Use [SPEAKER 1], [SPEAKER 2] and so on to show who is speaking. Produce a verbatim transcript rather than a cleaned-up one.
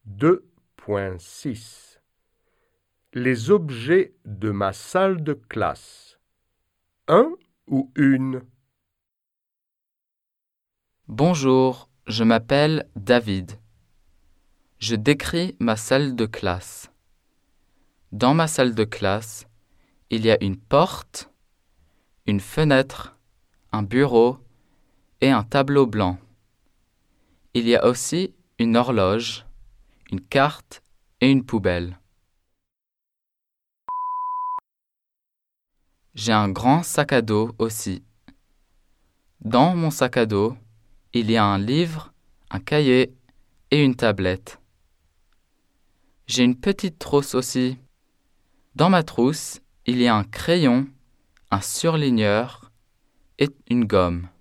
[SPEAKER 1] deux point six Les objets de ma salle de classe. Un ou une?
[SPEAKER 2] Bonjour, je m'appelle David. Je décris ma salle de classe. Dans ma salle de classe, il y a une porte, une fenêtre, un bureau et un tableau blanc. Il y a aussi une horloge, une carte et une poubelle. J'ai un grand sac à dos aussi. Dans mon sac à dos, il y a un livre, un cahier et une tablette. J'ai une petite trousse aussi. Dans ma trousse, il y a un crayon, un surligneur et une gomme.